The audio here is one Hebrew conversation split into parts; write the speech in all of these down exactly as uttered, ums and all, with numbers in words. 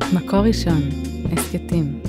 מקור ראשון, הסכתים.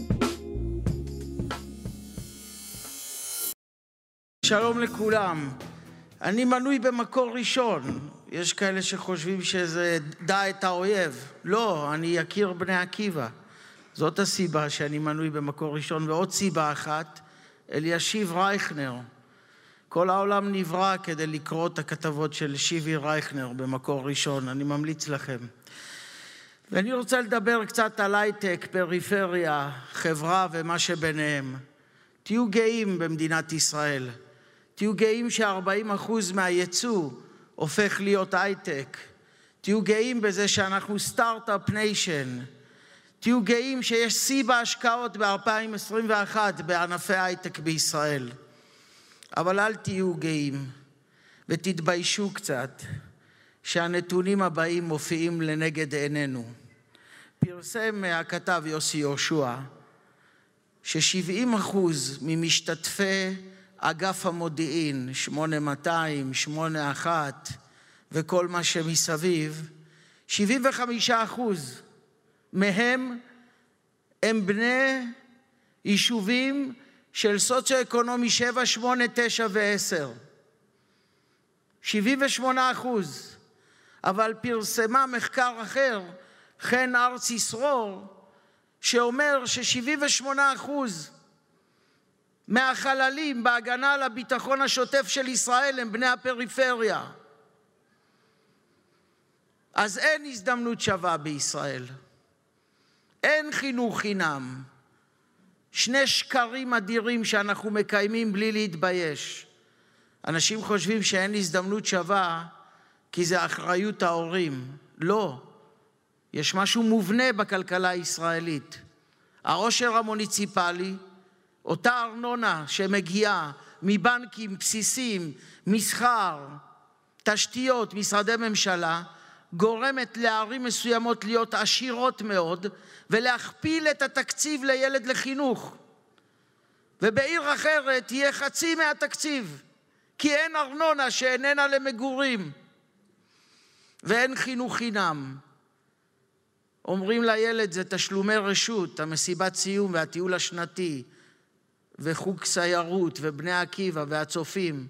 שלום לכולם. אני מנוי במקור ראשון. יש כאלה שחושבים שזה דע את האויב. לא, אני יכיר בני עקיבא. זאת הסיבה שאני מנוי במקור ראשון. ועוד סיבה אחת, אלישיב רייכנר. כל העולם נברא כדי לקרוא את הכתבות של שיבי רייכנר במקור ראשון. אני ממליץ לכם. ואני רוצה לדבר קצת על הייטק, פריפריה, חברה ומה שביניהם. תהיו גאים במדינת ישראל. תהיו גאים ש-ארבעים אחוז מהייצוא הופך להיות הייטק. תהיו גאים בזה שאנחנו סטארט-אפ ניישן. תהיו גאים שיש שיא בהשקעות ב-אלפיים עשרים ואחת בענפי הייטק בישראל. אבל אל תהיו גאים ותתביישו קצת שהנתונים הבאים מופיעים לנגד עינינו. פרסם הכתב יוסי יהושע ש-שבעים אחוז ממשתתפי אגף המודיעין, שמונה מאתיים, שמונה אחת וכל מה שמסביב, שבעים וחמישה אחוז מהם הם בני יישובים של סוציו-אקונומי שבע, שמונה, תשע ועשר. שבעים ושמונה אחוז. אבל פרסמה מחקר אחר, חן ארצי ישרור, שאומר ש-שבעים ושמונה אחוז מהחללים בהגנה על הביטחון השוטף של ישראל הם בני הפריפריה. אז אין הזדמנות שווה בישראל. אין חינוך חינם. שני שקרים אדירים שאנחנו מקיימים בלי להתבייש. אנשים חושבים שאין הזדמנות שווה כי זה אחריות ההורים. לא. יש משהו מובנה בכלכלה הישראלית. העושר המוניציפלי, אותה ארנונה שמגיעה מבנקים, בסיסים, מסחר, תשתיות, משרדי ממשלה, גורמת לערים מסוימות להיות עשירות מאוד ולהכפיל את התקציב לילד לחינוך. ובעיר אחרת יהיה חצי מהתקציב, כי אין ארנונה שאיננה למגורים ואין חינוך חינם. אומרים לילד זה תשלומי רשות, המסיבת סיום והטיול השנתי וחוג סיירות ובני עקיבא והצופים.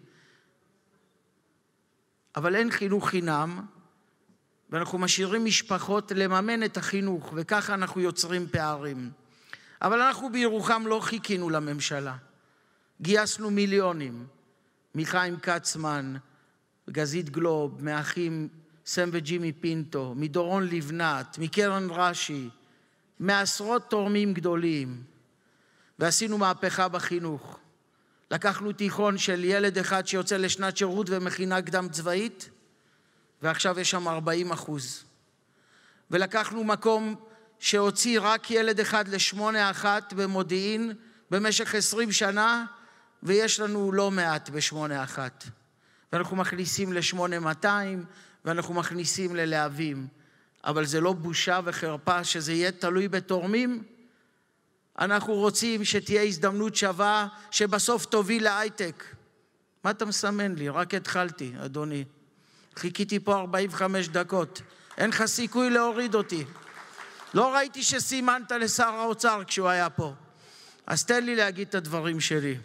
אבל אין חינוך חינם, ואנחנו משאירים משפחות לממן את החינוך, וככה אנחנו יוצרים פערים. אבל אנחנו בירוחם לא חיכינו לממשלה. גייסנו מיליונים, מחיים קצמן, גזית גלוב, מאחים סם וג'ימי פינטו, מדורון לבנת, מקרן רש"י, מעשרות תורמים גדולים, ועשינו מהפכה בחינוך. לקחנו תיכון של ילד אחד שיוצא לשנת שירות ומכינה קדם צבאית, ועכשיו יש שם ארבעים אחוז. ולקחנו מקום שהוציא רק ילד אחד לשמונה אחת במודיעין במשך עשרים שנה, ויש לנו לא מעט בשמונה אחת. ואנחנו מכניסים לשמונה מאתיים, ואנחנו מכניסים ללהבים. אבל זה לא בושה וחרפה שזה יהיה תלוי בתורמים. אנחנו רוצים שתהיה הזדמנות שווה, שבסוף תוביל להייטק. מה אתה מסמן לי? רק התחלתי, אדוני. חיכיתי פה ארבעים וחמש דקות. אין לך סיכוי להוריד אותי. לא ראיתי שסימנת לשר האוצר כשהוא היה פה. אז תן לי להגיד את הדברים שלי.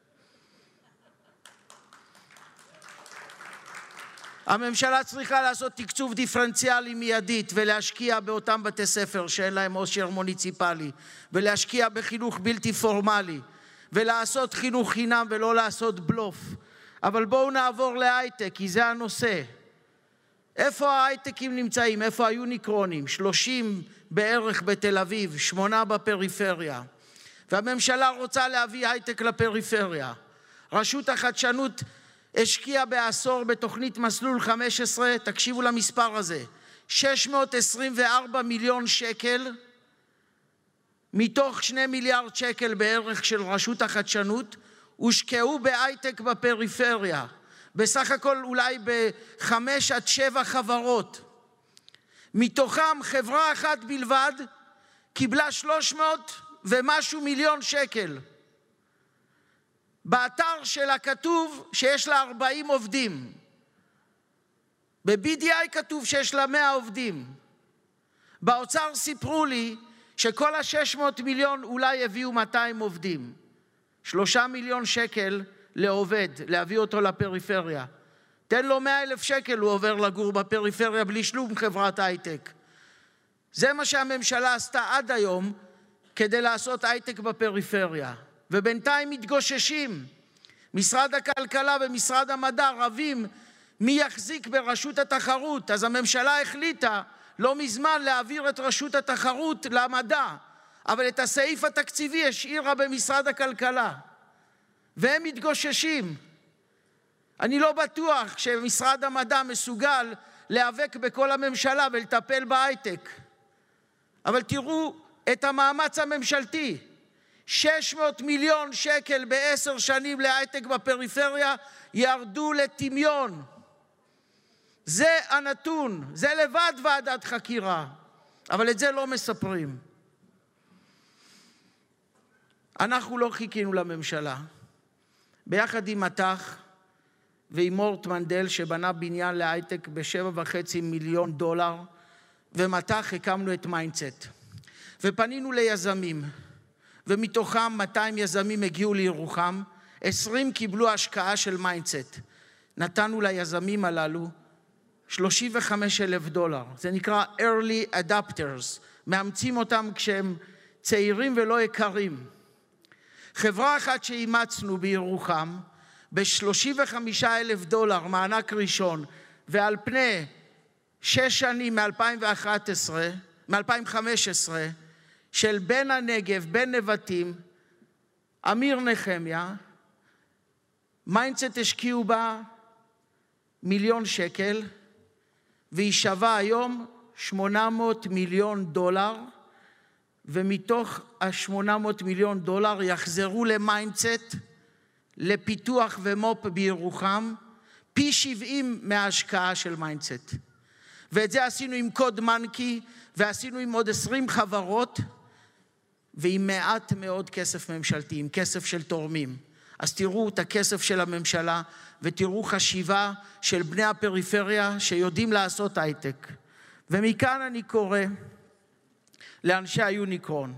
הממשלה צריכה לעשות תקצוב דיפרנציאלי מיידית ולהשקיע באותם בתי ספר שאין להם עושר מוניציפלי, ולהשקיע בחינוך בלתי פורמלי, ולעשות חינוך חינם ולא לעשות בלוף. אבל בואו נעבור להייטק, כי זה הנושא. איפה ההייטקים נמצאים? איפה היוניקרונים? שלושים בערך בתל אביב, שמונה בפריפריה. והממשלה רוצה להביא הייטק לפריפריה. רשות החדשנות השקיע בעשור בתוכנית מסלול חמש עשרה, תקשיבו למספר הזה, שש מאות עשרים וארבע מיליון שקל, מתוך שני מיליארד שקל בערך של רשות החדשנות, הושקעו בהייטק בפריפריה. בסך הכל אולי בחמש עד שבע חברות. מתוכם חברה אחת בלבד קיבלה שלוש מאות ומשהו מיליון שקל. באתר שלה כתוב שיש לה ארבעים עובדים. ב-בי די איי כתוב שיש לה מאה עובדים. באוצר סיפרו לי שכל ה-שש מאות מיליון אולי הביאו מאתיים עובדים. שלושה מיליון שקל לעובד, להביא אותו לפריפריה. תן לו מאה אלף שקל, הוא עובר לגור בפריפריה בלי שלום חברת הייטק. זה מה שהממשלה עשתה עד היום כדי לעשות הייטק בפריפריה. ובינתיים מתגוששים. משרד הכלכלה ומשרד המדע רבים מי יחזיק ברשות התחרות. אז הממשלה החליטה לא מזמן להעביר את רשות התחרות למדע, אבל את הסעיף התקציבי השאירה במשרד הכלכלה. והם מתגוששים. אני לא בטוח שמשרד המדע מסוגל להיאבק בכל הממשלה ולטפל בהייטק. אבל תראו את המאמץ הממשלתי. שש מאות מיליון שקל בעשר שנים להייטק בפריפריה ירדו לטמיון. זה הנתון, זה לבד ועדת חקירה, אבל את זה לא מספרים. אנחנו לא חיכינו לממשלה. ביחד עם מתח ועם מורט מנדל שבנה בניין להייטק בשבע וחצי מיליון דולר, ומתח הקמנו את מיינדסט. ופנינו ליזמים, ומתוכם מאתיים יזמים הגיעו לירוחם, עשרים קיבלו השקעה של מיינדסט. נתנו ליזמים הללו שלושים וחמישה אלף דולר. זה נקרא early adapters. מאמצים אותם כשהם צעירים ולא יקרים. חברה אחת שאימצנו בירוחם, ב-שלושים וחמישה אלף דולר, מענק ראשון, ועל פני שש שנים מ-אלפיים ואחת עשרה, מ-אלפיים וחמש עשרה, של בן הנגב, בן נבטים, אמיר נחמיה, מיינדסט השקיעו בה מיליון שקל, והיא שווה היום שמונה מאות מיליון דולר, ומתוך ה-שמונה מאות מיליון דולר יחזרו למיינדסט, לפיתוח ומופ בירוחם, פי שבעים מההשקעה של מיינדסט. ואת זה עשינו עם קוד מנקי, ועשינו עם עוד עשרים חברות, ועם מעט מאוד כסף ממשלתי, עם כסף של תורמים. אז תראו את הכסף של הממשלה, ותראו חשיבה של בני הפריפריה שיודעים לעשות הייטק. ומכאן אני קורא לאנשי היוניקרון.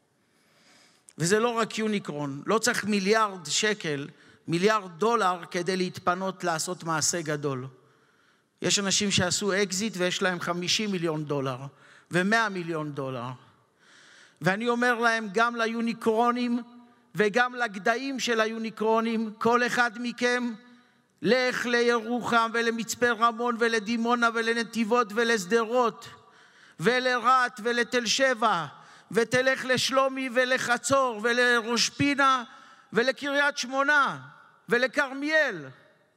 וזה לא רק יוניקרון, לא צריך מיליארד שקל, מיליארד דולר כדי להתפנות לעשות מעשה גדול. יש אנשים שעשו אקזיט ויש להם חמישים מיליון דולר ו-מאה מיליון דולר. ואני אומר להם, גם ליוניקרונים וגם לגדיים של היוניקרונים, כל אחד מכם לך לירוחם ולמצפה רמון ולדימונה ולנתיבות ולסדרות ולרעת ולתל שבע, ותלך לשלומי ולחצור ולראש פינה ולקריית שמונה ולכרמיאל.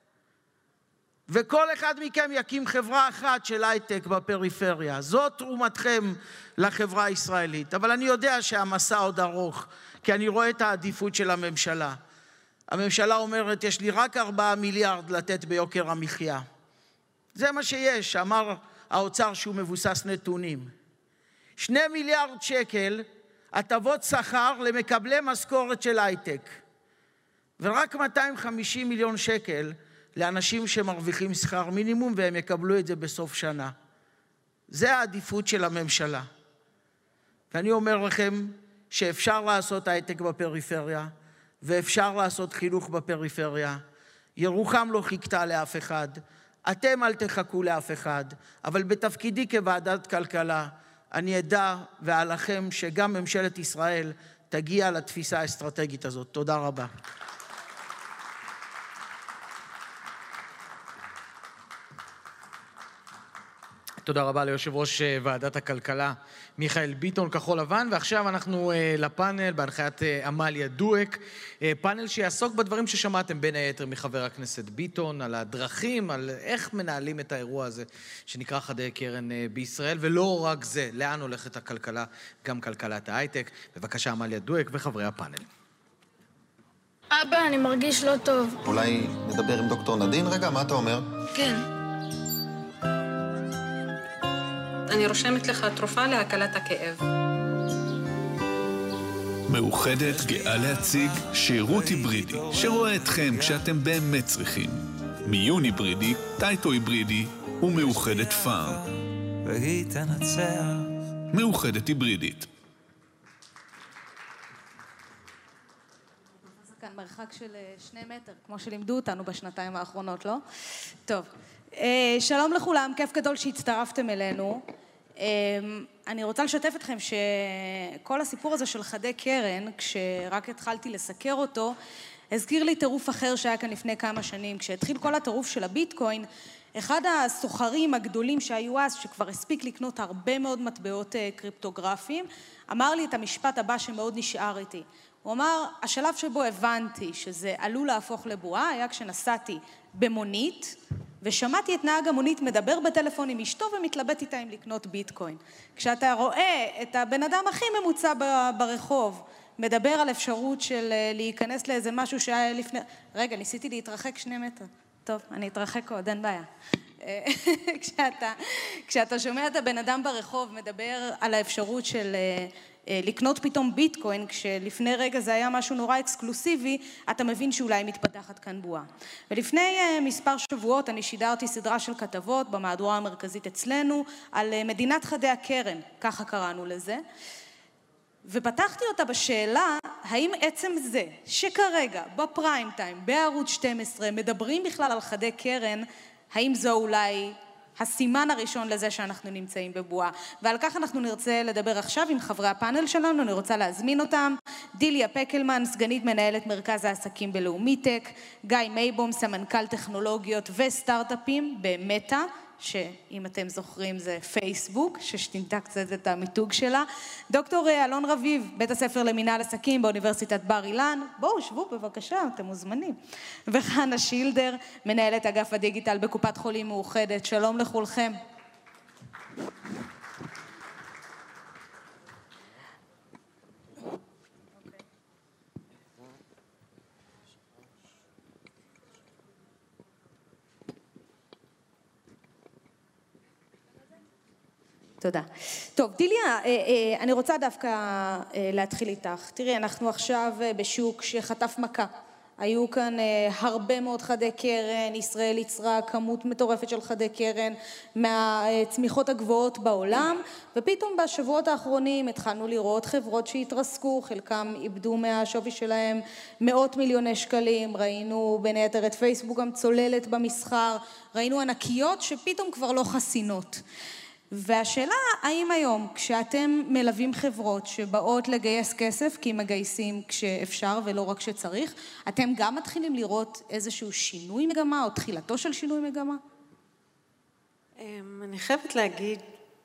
וכל אחד מכם יקים חברה אחת של הייטק בפריפריה. זאת תרומתכם לחברה הישראלית. אבל אני יודע שהמסע עוד ארוך, כי אני רואה את העדיפות של הממשלה. הממשלה אומרת, יש לי רק ארבעה מיליארד לתת ביוקר המחיה. זה מה שיש, אמר האוצר שהוא מבוסס נתונים. שני מיליארד שקל, הטבות שכר למקבלי משכורת של הייטק. ורק מאתיים וחמישים מיליון שקל לאנשים שמרוויחים שכר מינימום, והם יקבלו את זה בסוף שנה. זה העדיפות של הממשלה. ואני אומר לכם שאפשר לעשות הייטק בפריפריה, ואפשר לעשות חינוך בפריפריה. ירוחם לא חיכתה לאף אחד, אתם אל תחכו לאף אחד, אבל בתפקידי כוועדת כלכלה, אני אדע ועליכם שגם ממשלת ישראל תגיע לתפיסה האסטרטגית הזאת. תודה רבה. תודה רבה ליושב ראש ועדת הכלכלה מיכאל ביטון, כחול לבן. ועכשיו אנחנו לפאנל בהנחיית עמליה דואק, פאנל שיעסוק בדברים ששמעתם בין היתר מחבר הכנסת ביטון, על הדרכים, על איך מנהלים את האירוע הזה שנקרא חדי קרן בישראל, ולא רק זה, לאן הולכת הכלכלה, גם כלכלת ההייטק. בבקשה עמליה דואק וחברי הפאנל. אבא, אני מרגיש לא טוב. אולי נדבר עם דוקטור נדין רגע? מה אתה אומר? כן. אני רושמת לך תרופה להקלת הכאב. מאוחדת גאה להציג שירות היברידי, שרואה אתכם כשאתם באמת צריכים. מיון היברידי, טייטו היברידי ומאוחדת פארם. והיא תנצח מאוחדת היברידית. כאן מרחק של שני מטר, כמו שלימדו אותנו בשנתיים האחרונות, לא? טוב. שלום לכולם, כיף גדול שהצטרפתם אלינו. אני רוצה לשתף אתכם שכל הסיפור הזה של חדי קרן, כשרק התחלתי לסקר אותו, הזכיר לי טירוף אחר שהיה כאן לפני כמה שנים. כשהתחיל כל הטירוף של הביטקוין, אחד הסוחרים הגדולים שהיו אז, שכבר הספיק לקנות הרבה מאוד מטבעות קריפטוגרפיים, אמר לי את המשפט הבא שמאוד נשאר איתי. הוא אמר, השלב שבו הבנתי שזה עלול להפוך לבועה, היה כשנסעתי במונית, ושמעתי את נהג המונית מדבר בטלפון עם אשתו ומתלבט איתה אם לקנות ביטקוין. כשאתה רואה את הבן אדם הכי ממוצע ברחוב, מדבר על אפשרות של להיכנס לאיזה משהו שהיה לפני... רגע, ניסיתי להתרחק שני מטר. טוב, אני אתרחק עוד, אין בעיה. כשאתה, כשאתה שומע את הבן אדם ברחוב מדבר על האפשרות של לקנות פתאום ביטקוין, כשלפני רגע זה היה משהו נורא אקסקלוסיבי, אתה מבין שאולי מתפתחת כאן בועה. ולפני מספר שבועות אני שידרתי סדרה של כתבות במהדורה המרכזית אצלנו על מדינת חדי הקרן, ככה קראנו לזה. ופתחתי אותה בשאלה, האם עצם זה שכרגע בפריים טיים, בערוץ שתים עשרה, מדברים בכלל על חדי קרן, האם זו אולי הסימן הראשון לזה שאנחנו נמצאים בבועה? ועל כך אנחנו נרצה לדבר עכשיו עם חברי הפאנל שלנו, אני רוצה להזמין אותם. דיליה פקלמן, סגנית מנהלת מרכז העסקים בלאומיטק, גיא מייבום, סמנכ"ל טכנולוגיות וסטארט-אפים במטא, שאם אתם זוכרים זה פייסבוק, ששתינתה קצת את המיתוג שלה. דוקטור אלון רביב, בית הספר למינהל עסקים באוניברסיטת בר אילן. בואו, שבו בבקשה, אתם מוזמנים. וחנה שילדר, מנהלת אגף הדיגיטל בקופת חולים מאוחדת. שלום לכולכם. תודה. טוב, דיליה, אני רוצה דווקא להתחיל איתך. תראי, אנחנו עכשיו בשוק שחטף מכה. היו כאן הרבה מאוד חדי קרן, ישראל יצרה כמות מטורפת של חדי קרן מהצמיחות הגבוהות בעולם, ופתאום בשבועות האחרונים התחלנו לראות חברות שהתרסקו, חלקם איבדו מהשווי שלהם מאות מיליוני שקלים, ראינו בין היתר את פייסבוק גם צוללת במסחר, ראינו ענקיות שפתאום כבר לא חסינות. והשאלה, האם היום, כשאתם מלווים חברות שבאות לגייס כסף, כי מגייסים כשאפשר ולא רק כשצריך, אתם גם מתחילים לראות איזשהו שינוי מגמה, או תחילתו של שינוי מגמה? אני חייבת להגיד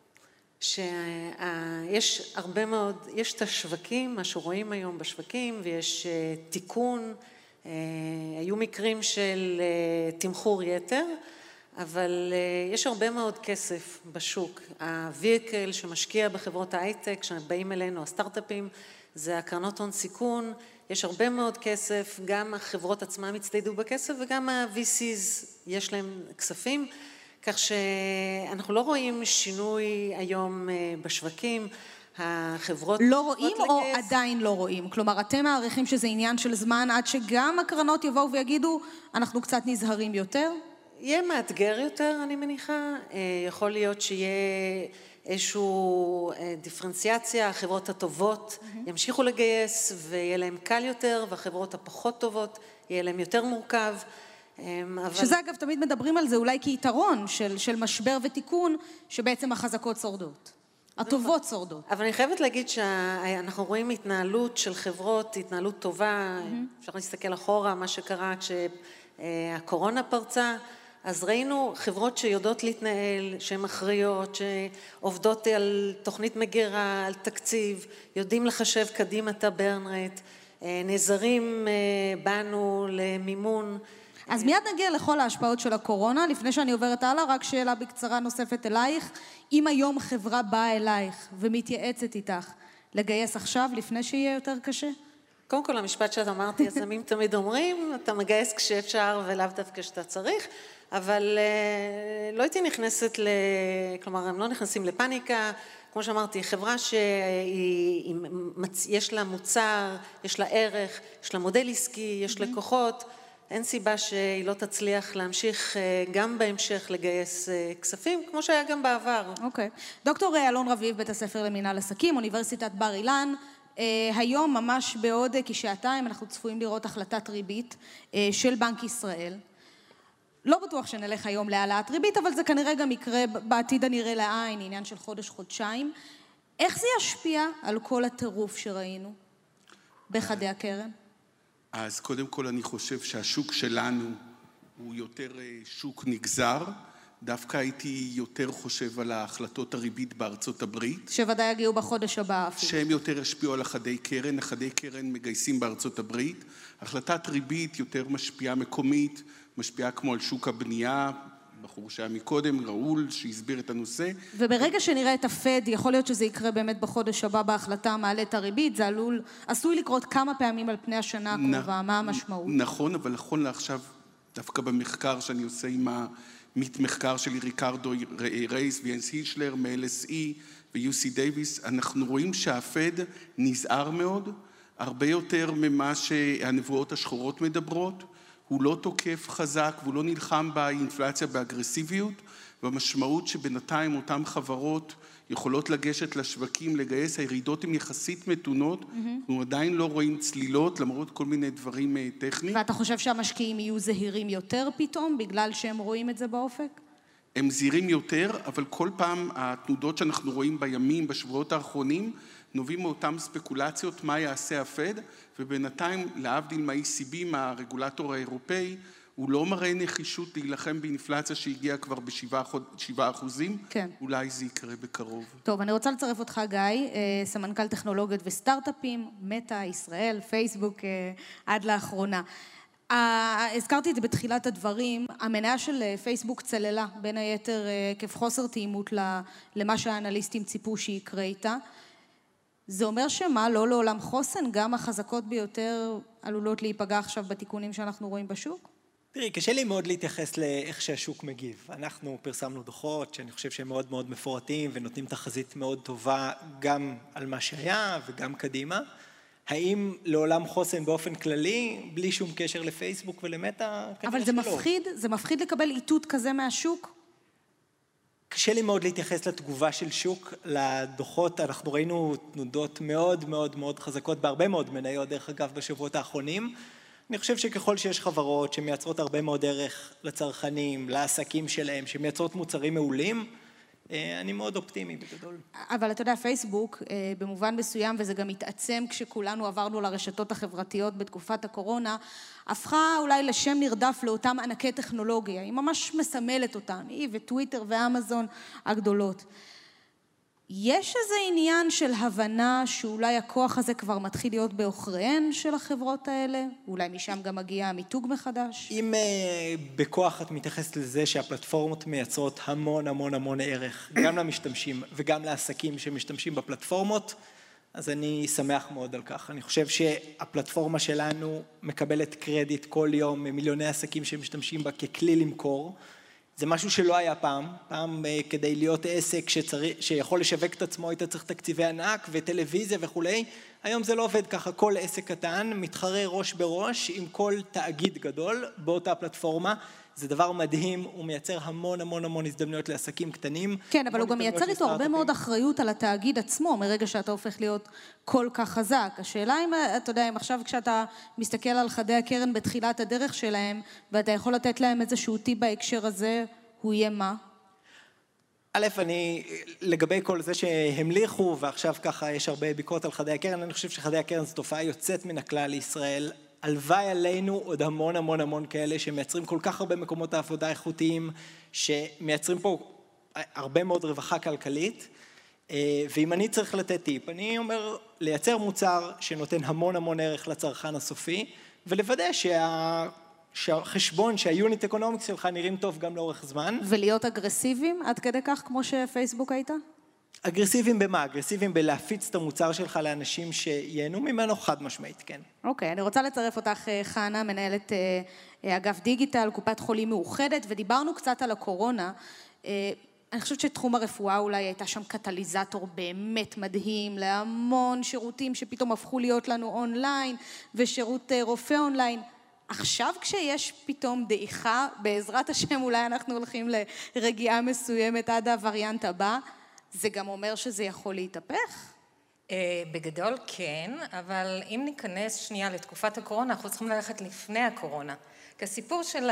שיש הרבה מאוד, יש את השווקים, מה שרואים היום בשווקים, ויש תיקון, היו מקרים של תמחור יתר, אבל uh, יש הרבה מאוד כסף בשוק. הוויקל שמשקיע בחברות ההייטק, שבאים אלינו, הסטארט-אפים, זה הקרנות הון סיכון, יש הרבה מאוד כסף, גם החברות עצמם הצטיידו בכסף, וגם ה-וי סי'ז יש להם כספים, כך שאנחנו לא רואים שינוי היום uh, בשווקים, החברות... לא רואים או לגייס... עדיין לא רואים? כלומר, אתם מעריכים שזה עניין של זמן, עד שגם הקרנות יבואו ויגידו, אנחנו קצת נזהרים יותר? יהיה מאתגר יותר, אני מניחה. יכול להיות שיהיה איזושהי דיפרנציאציה, החברות הטובות mm-hmm. ימשיכו לגייס ויהיה להם קל יותר, והחברות הפחות טובות יהיה להם יותר מורכב. אבל... שזה אגב, תמיד מדברים על זה אולי כיתרון של, של משבר ותיקון, שבעצם החזקות שורדות. הטובות שורדות. אבל אני חייבת להגיד שאנחנו רואים התנהלות של חברות, התנהלות טובה, mm-hmm. אפשר להסתכל אחורה, מה שקרה כשהקורונה פרצה, אז ראינו חברות שיודעות להתנהל, שהן אחריות, שעובדות על תוכנית מגירה, על תקציב, יודעים לחשב קדימה את הברן רייט, נעזרים בנו למימון. אז מיד נגיע לכל ההשפעות של הקורונה, לפני שאני עוברת הלאה, רק שאלה בקצרה נוספת אלייך, אם היום חברה באה אלייך ומתייעצת איתך, לגייס עכשיו לפני שיהיה יותר קשה? קודם כל, המשפט שאת אמרתי, יזמים תמיד אומרים, אתה מגייס כשאפשר ולאו דווקא כשאתה צריך, אבל לא הייתי נכנסת, ל... כלומר, הם לא נכנסים לפניקה, כמו שאמרתי, חברה שיש לה מוצר, יש לה ערך, יש לה מודל עסקי, יש לקוחות, אין סיבה שהיא לא תצליח להמשיך גם בהמשך לגייס כספים, כמו שהיה גם בעבר. אוקיי. דוקטור אלון רביב, בית הספר למינהל עסקים, אוניברסיטת בר אילן, היום ממש בעוד כשעתיים אנחנו צפויים לראות החלטת ריבית של בנק ישראל. לא בטוח שנלך היום להעלאת ריבית, אבל זה כנראה גם יקרה בעתיד הנראה לעין, עניין של חודש-חודשיים. איך זה ישפיע על כל הטירוף שראינו בחדי הקרן? אז קודם כל אני חושב שהשוק שלנו הוא יותר שוק נגזר. דווקא הייתי יותר חושב על ההחלטות הריבית בארצות הברית. שוודאי יגיעו בחודש הבא אפילו. שהם יותר השפיעו על החדי קרן. החדי קרן מגייסים בארצות הברית. החלטת ריבית יותר משפיעה מקומית, משפיעה כמו על שוק הבנייה, בחור שהיה מקודם, ראול, שהסביר את הנושא. וברגע שנראה את הפד, יכול להיות שזה יקרה באמת בחודש הבא בהחלטה מעלה את הריבית, זה עלול, עשוי לקרות כמה פעמים על פני השנה הקרובה, מה המשמעות? נכון, אבל נכון לעכשיו, דווקא במחקר שאני עושה עם המחקר שלי, ריקרדו רייס ויאנס הישלר, מ-אל אס אי ו-יו סי דייביס, אנחנו רואים שהפד נזהר מאוד, הרבה יותר ממה שהנבואות השחורות מדברות, הוא לא תוקף חזק והוא לא נלחם באינפלציה באגרסיביות, והמשמעות שבינתיים אותן חברות יכולות לגשת לשווקים, לגייס, הירידות הן יחסית מתונות, אנחנו עדיין לא רואים צלילות, למרות כל מיני דברים טכניים. ואתה חושב שהמשקיעים יהיו זהירים יותר פתאום, בגלל שהם רואים את זה באופק? הם זהירים יותר, אבל כל פעם התנודות שאנחנו רואים בימים, בשבועות האחרונים, נובעים מאותן ספקולציות מה יעשה הפד, ובינתיים להבדיל מה-אי סי בי, מהרגולטור האירופאי, הוא לא מראה נחישות להילחם באינפלציה שהגיעה כבר בשבעה אחוזים. כן. אולי זה יקרה בקרוב. טוב, אני רוצה לצרף אותך גיא, סמנכ"ל טכנולוגיות וסטארט-אפים, מטא, ישראל, פייסבוק, עד לאחרונה. הזכרתי את זה בתחילת הדברים, המניה של פייסבוק צללה, בין היתר עקב חוסר תאימות למה שהאנליסטים ציפו שיקרה איתה. זה אומר שמה, לא לעולם חוסן, גם החזקות ביותר עלולות להיפגע עכשיו בתיקונים שאנחנו רואים בשוק? תראי, קשה לי מאוד להתייחס לאיך שהשוק מגיב. אנחנו פרסמנו דוחות שאני חושב שהם מאוד מאוד מפורטים ונותנים תחזית מאוד טובה גם על מה שהיה וגם קדימה. האם לעולם חוסן באופן כללי, בלי שום קשר לפייסבוק ולמטה? אבל זה מפחיד, זה מפחיד לקבל איתות כזה מהשוק? קשה לי מאוד להתייחס לתגובה של שוק, לדוחות, אנחנו ראינו תנודות מאוד מאוד מאוד חזקות בהרבה מאוד מניות, דרך אגב בשבועות האחרונים. אני חושב שככל שיש חברות שמייצרות הרבה מאוד ערך לצרכנים, לעסקים שלהם, שמייצרות מוצרים מעולים, אני מאוד אופטימי בגדול. אבל אתה יודע, פייסבוק, במובן מסוים, וזה גם התעצם כשכולנו עברנו לרשתות החברתיות בתקופת הקורונה, הפכה אולי לשם נרדף לאותם ענקי טכנולוגיה. היא ממש מסמלת אותן, היא וטוויטר ואמזון הגדולות. יש איזה עניין של הבנה שאולי הכוח הזה כבר מתחיל להיות באוכריהן של החברות האלה? אולי משם גם מגיע המיתוג מחדש? אם uh, בכוח את מתייחסת לזה שהפלטפורמות מייצרות המון המון המון ערך, גם למשתמשים וגם לעסקים שמשתמשים בפלטפורמות, אז אני שמח מאוד על כך. אני חושב שהפלטפורמה שלנו מקבלת קרדיט כל יום ממיליוני עסקים שמשתמשים בה ככלי למכור, זה משהו שלא היה פעם, פעם כדי להיות עסק שצריך, שיכול לשווק את עצמו, היית צריך תקציבי ענק וטלוויזיה וכולי, היום זה לא עובד ככה, כל עסק קטן מתחרה ראש בראש עם כל תאגיד גדול באותה פלטפורמה, זה דבר מדהים, הוא מייצר המון המון המון הזדמנויות לעסקים קטנים. כן, אבל הוא גם מייצר איתו הרבה מאוד אחריות על התאגיד עצמו, מרגע שאתה הופך להיות כל כך חזק. השאלה אם, אתה יודע, אם עכשיו כשאתה מסתכל על חדי הקרן בתחילת הדרך שלהם, ואתה יכול לתת להם איזשהו טיפ בהקשר הזה, הוא יהיה מה? א', אני, לגבי כל זה שהמליכו, ועכשיו ככה יש הרבה ביקורת על חדי הקרן, אני חושב שחדי הקרן זו תופעה יוצאת מן הכלל לישראל, הלוואי עלינו עוד המון המון המון כאלה שמייצרים כל כך הרבה מקומות העבודה איכותיים, שמייצרים פה הרבה מאוד רווחה כלכלית, ואם אני צריך לתת טיפ, אני אומר לייצר מוצר שנותן המון המון ערך לצרכן הסופי, ולוודא שה... שהחשבון, שהיוניט אקונומיקס שלך נראים טוב גם לאורך זמן. ולהיות אגרסיביים עד כדי כך כמו שפייסבוק הייתה? אגרסיביים במה? אגרסיביים בלהפיץ את המוצר שלך לאנשים שייהנו ממנו חד משמעית, כן. אוקיי, אני רוצה לצרף אותך, חנה, מנהלת אגף דיגיטל, קופת חולים מאוחדת, ודיברנו קצת על הקורונה. אני חושבת שתחום הרפואה אולי הייתה שם קטליזטור באמת מדהים, להמון שירותים שפתאום הפכו להיות לנו אונליין, ושירות רופא אונליין. עכשיו כשיש פתאום דעיכה, בעזרת השם אולי אנחנו הולכים לרגיעה מסוימת עד הווריאנט הבא, זה גם אומר שזה יכול להתהפך? בגדול כן, אבל אם ניכנס שנייה לתקופת הקורונה, אנחנו צריכים ללכת לפני הקורונה. כי הסיפור של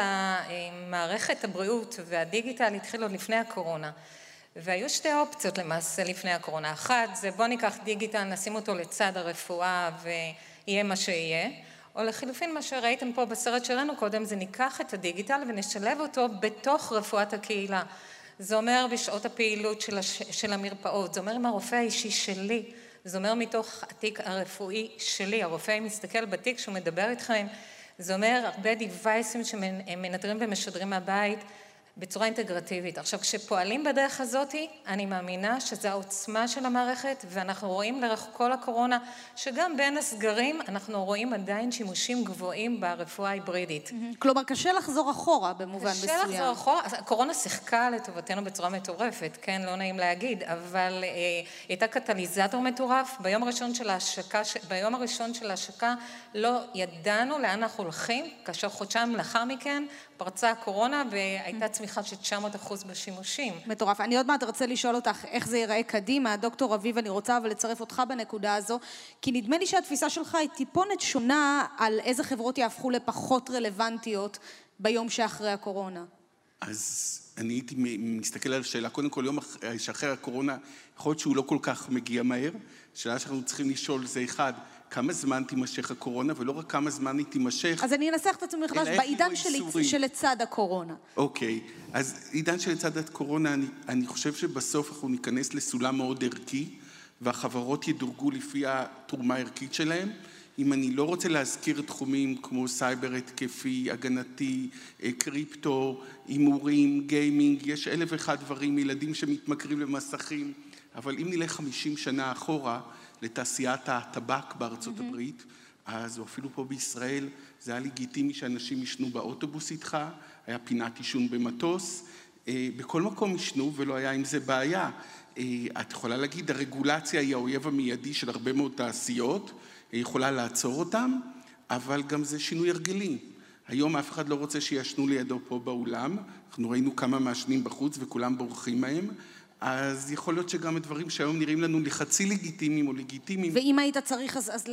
מערכת הבריאות והדיגיטל התחיל עוד לפני הקורונה. והיו שתי אופציות למעשה לפני הקורונה. אחת זה בוא ניקח דיגיטל, נשים אותו לצד הרפואה ויהיה מה שיהיה. או לחילופין מה שראיתם פה בסרט שלנו קודם, זה ניקח את הדיגיטל ונשלב אותו בתוך רפואת הקהילה. זה אומר בשעות הפעילות של, הש... של המרפאות, זה אומר עם הרופא האישי שלי, זה אומר מתוך התיק הרפואי שלי, הרופא מסתכל בתיק שהוא מדבר איתכם, זה אומר הרבה דיווייסים שמנטרים ומשדרים מהבית בצורה אינטגרטיבית. עכשיו, כשפועלים בדרך הזאת, אני מאמינה שזו העוצמה של המערכת, ואנחנו רואים לאורך כל הקורונה, שגם בין הסגרים אנחנו רואים עדיין שימושים גבוהים ברפואה ההיברידית. כלומר, קשה לחזור אחורה במובן מסוים. קשה לחזור אחורה, הקורונה שיחקה לטובתנו בצורה מטורפת, כן, לא נעים להגיד, אבל אה, הייתה קטליזטור מטורף. ביום הראשון של ההשקה, ביום הראשון של ההשקה לא ידענו לאן אנחנו הולכים, כאשר חודשיים לאחר מכן פרצה הקורונה והייתה צמיחה של תשע מאות אחוז בשימושים. מטורף. אני עוד מעט רוצה לשאול אותך איך זה ייראה קדימה. דוקטור אביב, אני רוצה אבל לצרף אותך בנקודה הזו, כי נדמה לי שהתפיסה שלך היא טיפונת שונה על איזה חברות יהפכו לפחות רלוונטיות ביום שאחרי הקורונה. אז אני הייתי מסתכל על השאלה, קודם כל יום שאחרי הקורונה, יכול להיות שהוא לא כל כך מגיע מהר. השאלה שאנחנו צריכים לשאול זה אחד, כמה זמן תימשך הקורונה, ולא רק כמה זמן היא תימשך. אז אני אנסח את עצמי מחדש בעידן של, שלצד הקורונה. אוקיי, אז עידן שלצד הקורונה, אני, אני חושב שבסוף אנחנו ניכנס לסולם מאוד ערכי, והחברות ידורגו לפי התרומה הערכית שלהם. אם אני לא רוצה להזכיר תחומים כמו סייבר התקפי, הגנתי, קריפטו, הימורים, גיימינג, יש אלף ואחד דברים, ילדים שמתמכרים למסכים, אבל אם נלך חמישים שנה אחורה, לתעשיית הטבק בארצות mm-hmm. הברית, אז או אפילו פה בישראל, זה היה לגיטימי שאנשים ישנו באוטובוס איתך, היה פינת עישון במטוס, בכל מקום ישנו ולא היה עם זה בעיה. את יכולה להגיד, הרגולציה היא האויב המיידי של הרבה מאוד תעשיות, היא יכולה לעצור אותם, אבל גם זה שינוי הרגלי. היום אף אחד לא רוצה שישנו לידו פה באולם, אנחנו ראינו כמה מעשנים בחוץ וכולם בורחים מהם, אז יכול להיות שגם הדברים שהיום נראים לנו לחצי לגיטימיים או לגיטימיים. ואם היית צריך אז, אז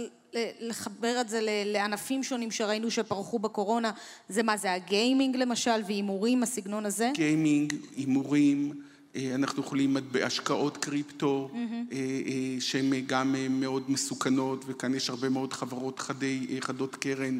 לחבר את זה לענפים שונים שראינו שפרחו בקורונה, זה מה זה, הגיימינג למשל, והימורים, הסגנון הזה? גיימינג, הימורים, אנחנו יכולים בהשקעות קריפטו, mm-hmm. שהן גם מאוד מסוכנות, וכאן יש הרבה מאוד חברות חדי, חדות קרן,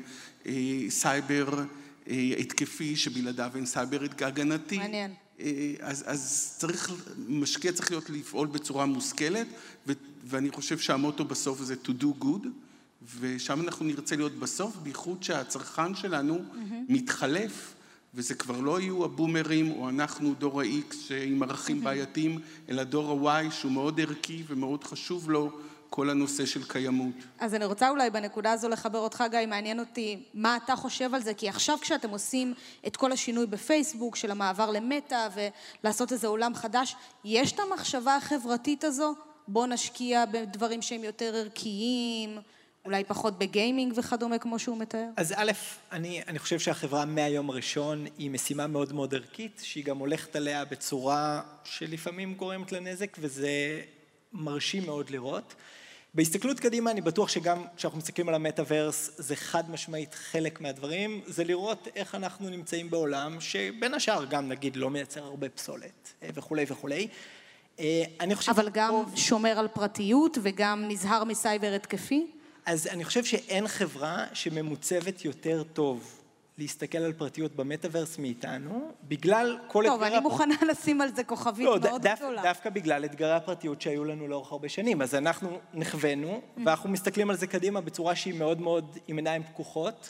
סייבר התקפי, שבלעדיו אין סייבר הגנתי. מעניין. אז, אז צריך, משקיע צריך להיות לפעול בצורה מושכלת, ו, ואני חושב שהמוטו בסוף זה to do good, ושם אנחנו נרצה להיות בסוף, בייחוד שהצרכן שלנו mm-hmm. מתחלף, וזה כבר לא יהיו הבומרים, או אנחנו דור ה-X עם ערכים mm-hmm. בעייתיים, אלא דור ה-Y שהוא מאוד ערכי ומאוד חשוב לו, כל הנושא של קיימות. אז אני רוצה אולי בנקודה הזו לחבר אותך, גיא, מעניין אותי מה אתה חושב על זה, כי עכשיו כשאתם עושים את כל השינוי בפייסבוק של המעבר למטה ולעשות איזה עולם חדש, יש את המחשבה החברתית הזו? בוא נשקיע בדברים שהם יותר ערכיים, אולי פחות בגיימינג וכדומה כמו שהוא מתאר? אז א', אני, אני חושב שהחברה מהיום הראשון היא משימה מאוד מאוד ערכית, שהיא גם הולכת עליה בצורה שלפעמים גורמת לנזק, וזה מרשים מאוד לראות. בהסתכלות קדימה אני בטוח שגם כשאנחנו מסתכלים על המטאברס זה חד משמעית חלק מהדברים, זה לראות איך אנחנו נמצאים בעולם שבין השאר גם נגיד לא מייצר הרבה פסולת וכולי וכולי. אני חושב אבל גם טוב... שומר על פרטיות וגם נזהר מסייבר התקפי? אז אני חושב שאין חברה שממוצבת יותר טוב להסתכל על פרטיות במטאברס מאיתנו, בגלל כל טוב, אני מוכנה לשים על זה כוכבית לא, מאוד דו, גדולה. דווקא בגלל אתגרי הפרטיות שהיו לנו לאורך הרבה שנים. אז אנחנו נכוונו, ואנחנו מסתכלים על זה קדימה בצורה שהיא מאוד מאוד עם עיניים פקוחות,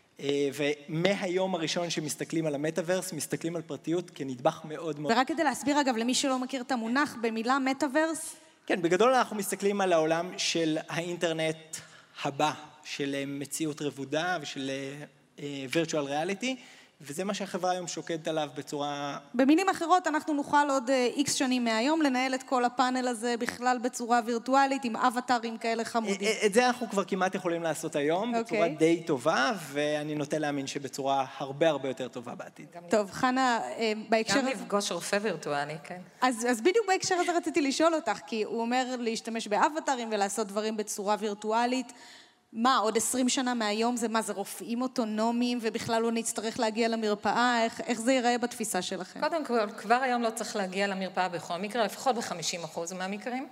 ומהיום הראשון שמסתכלים על המטאברס, מסתכלים על פרטיות כנדבך מאוד מאוד... ורק כדי להסביר אגב, למי שלא מכיר את המונח במילה מטאברס? כן, בגדול אנחנו מסתכלים על העולם של האינטרנט הבא, של מציאות רבודה ושל virtual reality, וזה מה שהחברה היום שוקדת עליו בצורה... במילים אחרות, אנחנו נוכל עוד איקס שנים מהיום לנהל את כל הפאנל הזה בכלל בצורה וירטואלית, עם אבטרים כאלה חמודים. את זה אנחנו כבר כמעט יכולים לעשות היום, בצורה די טובה, ואני נוטה להאמין שבצורה הרבה הרבה יותר טובה בעתיד. טוב, חנה, בהקשר... גם לפגוש רופא וירטואלי, כן. אז, אז בדיוק בהקשר הזה רציתי לשאול אותך, כי הוא אומר להשתמש באבטרים ולעשות דברים בצורה וירטואלית. מה, עוד עשרים שנה מהיום זה מה, זה רופאים אוטונומיים ובכלל לא נצטרך להגיע למרפאה? איך, איך זה ייראה בתפיסה שלכם? קודם כל, כבר היום לא צריך להגיע למרפאה בכל מקרה, לפחות ב-חמישים אחוז מהמקרים.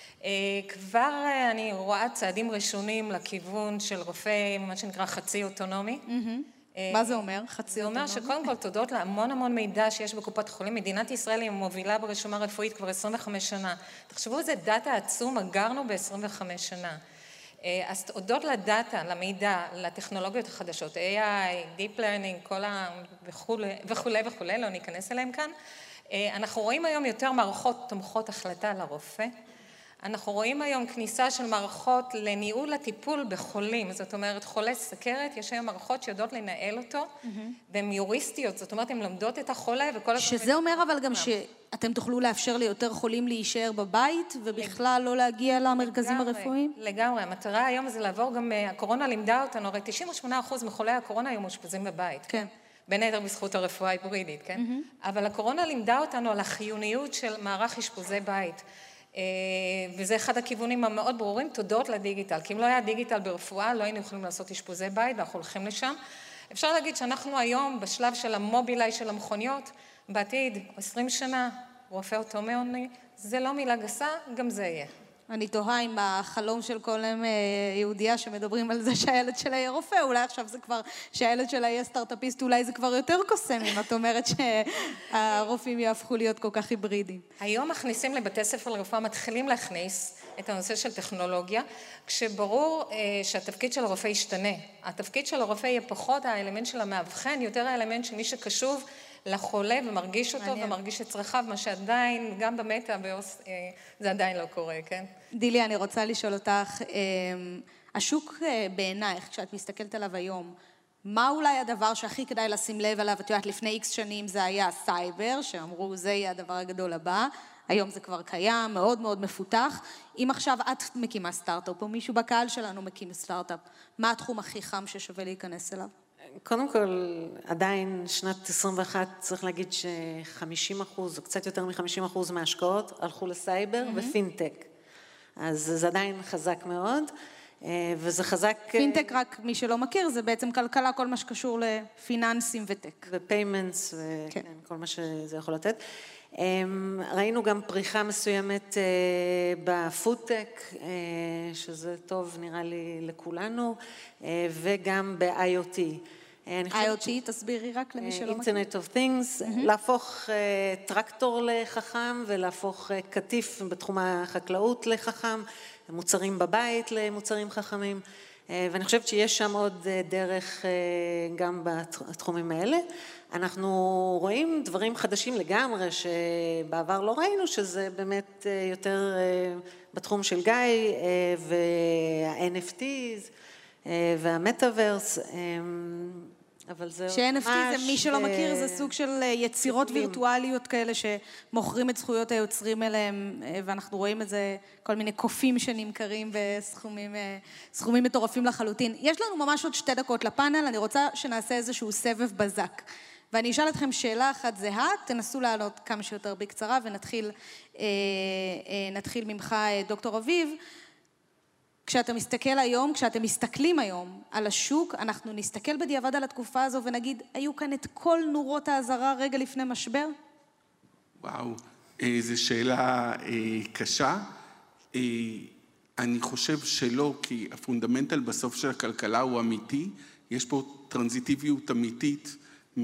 כבר אני רואה צעדים ראשונים לכיוון של רופא, מה שנקרא חצי אוטונומי. מה זה אומר, חצי אוטונומי? זה אומר שקודם כל, תודות להמון המון מידע שיש בקופת חולים, מדינת ישראל היא מובילה ברשומה רפואית כבר עשרים וחמש שנה. תחשבו איזה דאטה עצום אגרנו ב-עשרים וחמש שנה. אז תודות לדאטה, למידע, לטכנולוגיות החדשות, איי איי, Deep Learning, כל ה... וכולי וכולי וכולי, לא ניכנס אליהם כאן. אנחנו רואים היום יותר מערכות תומכות החלטה לרופא. אנחנו רואים היום כניסה של מערכות לניהול הטיפול בחולים, זאת אומרת, חולה סכרת, יש היום מערכות שיודעות לנהל אותו, והן יוריסטיות, זאת אומרת, הן לומדות את החולה וכל... שזה אומר אבל גם שאתם תוכלו לאפשר ליותר חולים להישאר בבית, ובכלל לא להגיע למרכזים הרפואיים? לגמרי, המטרה היום זה לעבור גם, הקורונה לימדה אותנו, הרי תשעים ושמונה אחוז מחולי הקורונה היו מאושפזים בבית. כן. בין היתר בזכות הרפואה ההיברידית, כן? אבל הקורונה לימדה אותנו על החיוניות של מערך אשפוזי בית. וזה אחד הכיוונים המאוד ברורים, תודות לדיגיטל, כי אם לא היה דיגיטל ברפואה, לא היינו יכולים לעשות אשפוזי בית, ואנחנו הולכים לשם. אפשר להגיד שאנחנו היום, בשלב של המובילאי של המכוניות, בעתיד, עשרים שנה, רופא אוטונומי, זה לא מילה גסה, גם זה יהיה. אני תוהה עם החלום של כל אם יהודייה שמדברים על זה שהילד שלה יהיה רופא, אולי עכשיו זה כבר, שהילד שלה יהיה סטארט-אפיסט, אולי זה כבר יותר קוסם, אם את אומרת שהרופאים יהפכו להיות כל כך היברידים. היום מכניסים לבתי ספר לרפואה, מתחילים להכניס את הנושא של טכנולוגיה, כשברור שהתפקיד של הרופא ישתנה. התפקיד של הרופא יהיה פחות האלמנט של המאבחן, יותר האלמנט של מי שקשוב לחולה ומרגיש אותו מעניין. ומרגיש את צרכיו, מה שעדיין, גם במטה, באוס, זה עדיין לא קורה, כן? דילי, אני רוצה לשאול אותך, השוק בעינייך, כשאת מסתכלת עליו היום, מה אולי הדבר שהכי כדאי לשים לב עליו? את יודעת, לפני איקס שנים זה היה סייבר, שאמרו זה יהיה הדבר הגדול הבא, היום זה כבר קיים, מאוד מאוד מפותח. אם עכשיו את מקימה סטארט-אפ, או מישהו בקהל שלנו מקים סטארט-אפ, מה התחום הכי חם ששווה להיכנס אליו? קודם כל, עדיין שנת עשרים ואחת צריך להגיד ש-חמישים אחוז, או קצת יותר מ-חמישים אחוז מההשקעות הלכו לסייבר mm-hmm. ופינטק. אז זה עדיין חזק מאוד, וזה חזק... פינטק, רק מי שלא מכיר, זה בעצם כלכלה, כל מה שקשור לפיננסים וטק. ופיימנטס, וכן, כן. כל מה שזה יכול לתת. ראינו גם פריחה מסוימת בפודטק, שזה טוב נראה לי לכולנו, וגם ב-איי או טי. איי או טי, תסבירי רק למי שלא מכיר. Internet of Things, להפוך טרקטור לחכם ולהפוך קטיף בתחום החקלאות לחכם, מוצרים בבית למוצרים חכמים, ואני חושבת שיש שם עוד דרך גם בתחומים האלה. אנחנו רואים דברים חדשים לגמרי שבעבר לא ראינו, שזה באמת יותר בתחום של גיא וה-אן אף טיז והמטאברס, אבל זה ש-אן אף טי זה מי שלא מכיר, זה סוג של יצירות וירטואליות כאלה שמוכרים את זכויות היוצרים אליהם, ואנחנו רואים את זה, כל מיני קופים שנמכרים בסכומים סכומים מטורפים לחלוטין. יש לנו ממש עוד שתי דקות לפאנל, אני רוצה שנעשה איזשהו סבב בזק. ואני אשאל אתכם שאלה אחת זהה, תנסו לענות כמה שיותר בקצרה, ונתחיל נתחיל ממך, דוקטור אביב. כשאתה מסתכל היום, כשאתם מסתכלים היום על השוק, אנחנו נסתכל בדיעבד על התקופה הזו ונגיד, היו כאן את כל נורות האזהרה רגע לפני משבר? וואו, זו שאלה קשה. אני חושב שלא, כי הפונדמנטל בסוף של הכלכלה הוא אמיתי. יש פה טרנזיטיביות אמיתית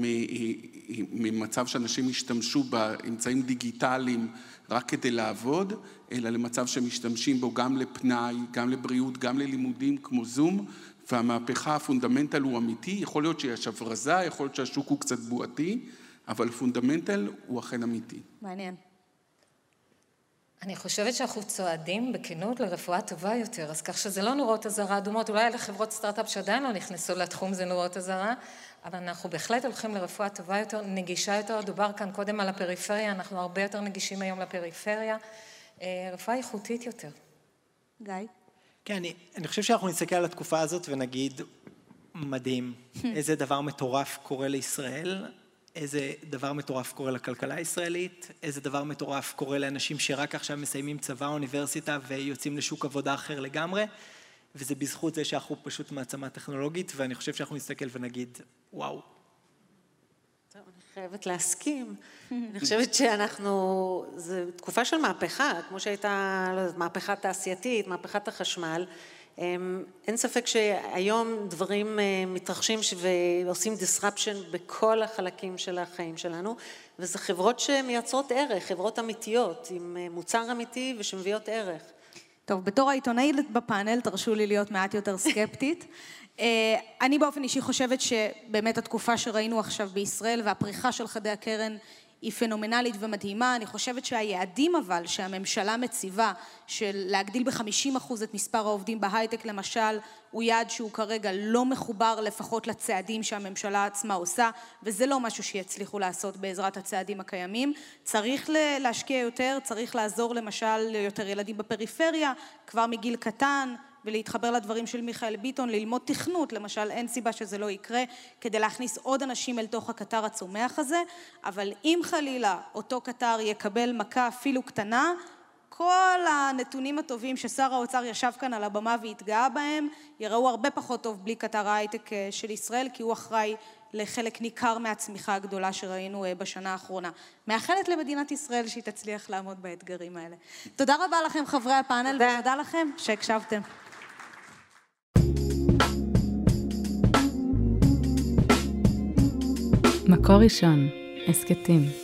ממצב שאנשים השתמשו באמצעים דיגיטליים רק כדי לעבוד, אלא למצב שמשתמשים בו גם לפנאי, גם לבריאות, גם ללימודים כמו זום, והמהפכה הפונדמנטל הוא אמיתי. יכול להיות שיש הברזה, יכול להיות שהשוק הוא קצת בועתי, אבל פונדמנטל הוא אכן אמיתי. מעניין. אני חושבת שאנחנו צועדים בכנות לרפואה טובה יותר, אז כך שזה לא נורות אזהרה אדומות, אולי אלה חברות סטארט-אפ שעדיין לא נכנסו לתחום זה נורות אזהרה, אבל אנחנו בהחלט הולכים לרפואה טובה יותר, נגישה יותר, דובר כאן קודם על הפריפריה, אנחנו הרבה יותר נגישים היום לפריפריה, רפואה איכותית יותר. גיא? כן, אני, אני חושב שאנחנו נסתכל על התקופה הזאת ונגיד, מדהים, איזה דבר מטורף קורה לישראל, איזה דבר מטורף קורה לכלכלה הישראלית, איזה דבר מטורף קורה לאנשים שרק עכשיו מסיימים צבא, אוניברסיטה ויוצאים לשוק עבודה אחר לגמרי, וזה בזכות זה שאנחנו פשוט מעצמה טכנולוגית, ואני חושב שאנחנו נסתכל ונגיד, וואו. טוב, אני חייבת להסכים. אני חושבת שאנחנו, זו תקופה של מהפכה, כמו שהייתה, לא יודעת, מהפכה תעשייתית, מהפכת החשמל, אין ספק שהיום דברים מתרחשים ועושים disruption בכל החלקים של החיים שלנו, וזה חברות שמייצרות ערך, חברות אמיתיות, עם מוצר אמיתי ושמביאות ערך. טוב, בתור העיתונאית בפאנל, תרשו לי להיות מעט יותר סקפטית. אני באופן אישי חושבת שבאמת התקופה שראינו עכשיו בישראל והפריחה של חדי הקרן היא פנומנלית ומדהימה. אני חושבת שהיעדים אבל שהממשלה מציבה של להגדיל ב-חמישים אחוז את מספר העובדים בהייטק למשל, הוא יעד שהוא כרגע לא מחובר לפחות לצעדים שהממשלה עצמה עושה, וזה לא משהו שיצליחו לעשות בעזרת הצעדים הקיימים. צריך להשקיע יותר, צריך לעזור למשל ליותר ילדים בפריפריה, כבר מגיל קטן, ולהתחבר לדברים של מיכאל ביטון, ללמוד תכנות, למשל, אין סיבה שזה לא יקרה, כדי להכניס עוד אנשים אל תוך הקטר הצומח הזה, אבל אם חלילה אותו קטר יקבל מכה אפילו קטנה, כל הנתונים הטובים ששר האוצר ישב כאן על הבמה והתגאה בהם, יראו הרבה פחות טוב בלי קטר ההייטק של ישראל, כי הוא אחראי לחלק ניכר מהצמיחה הגדולה שראינו בשנה האחרונה. מאחלת למדינת ישראל שהיא תצליח לעמוד באתגרים האלה. תודה רבה לכם חברי הפאנל, ותודה לכם שהקשבתם. מקור ראשון, הסקטים.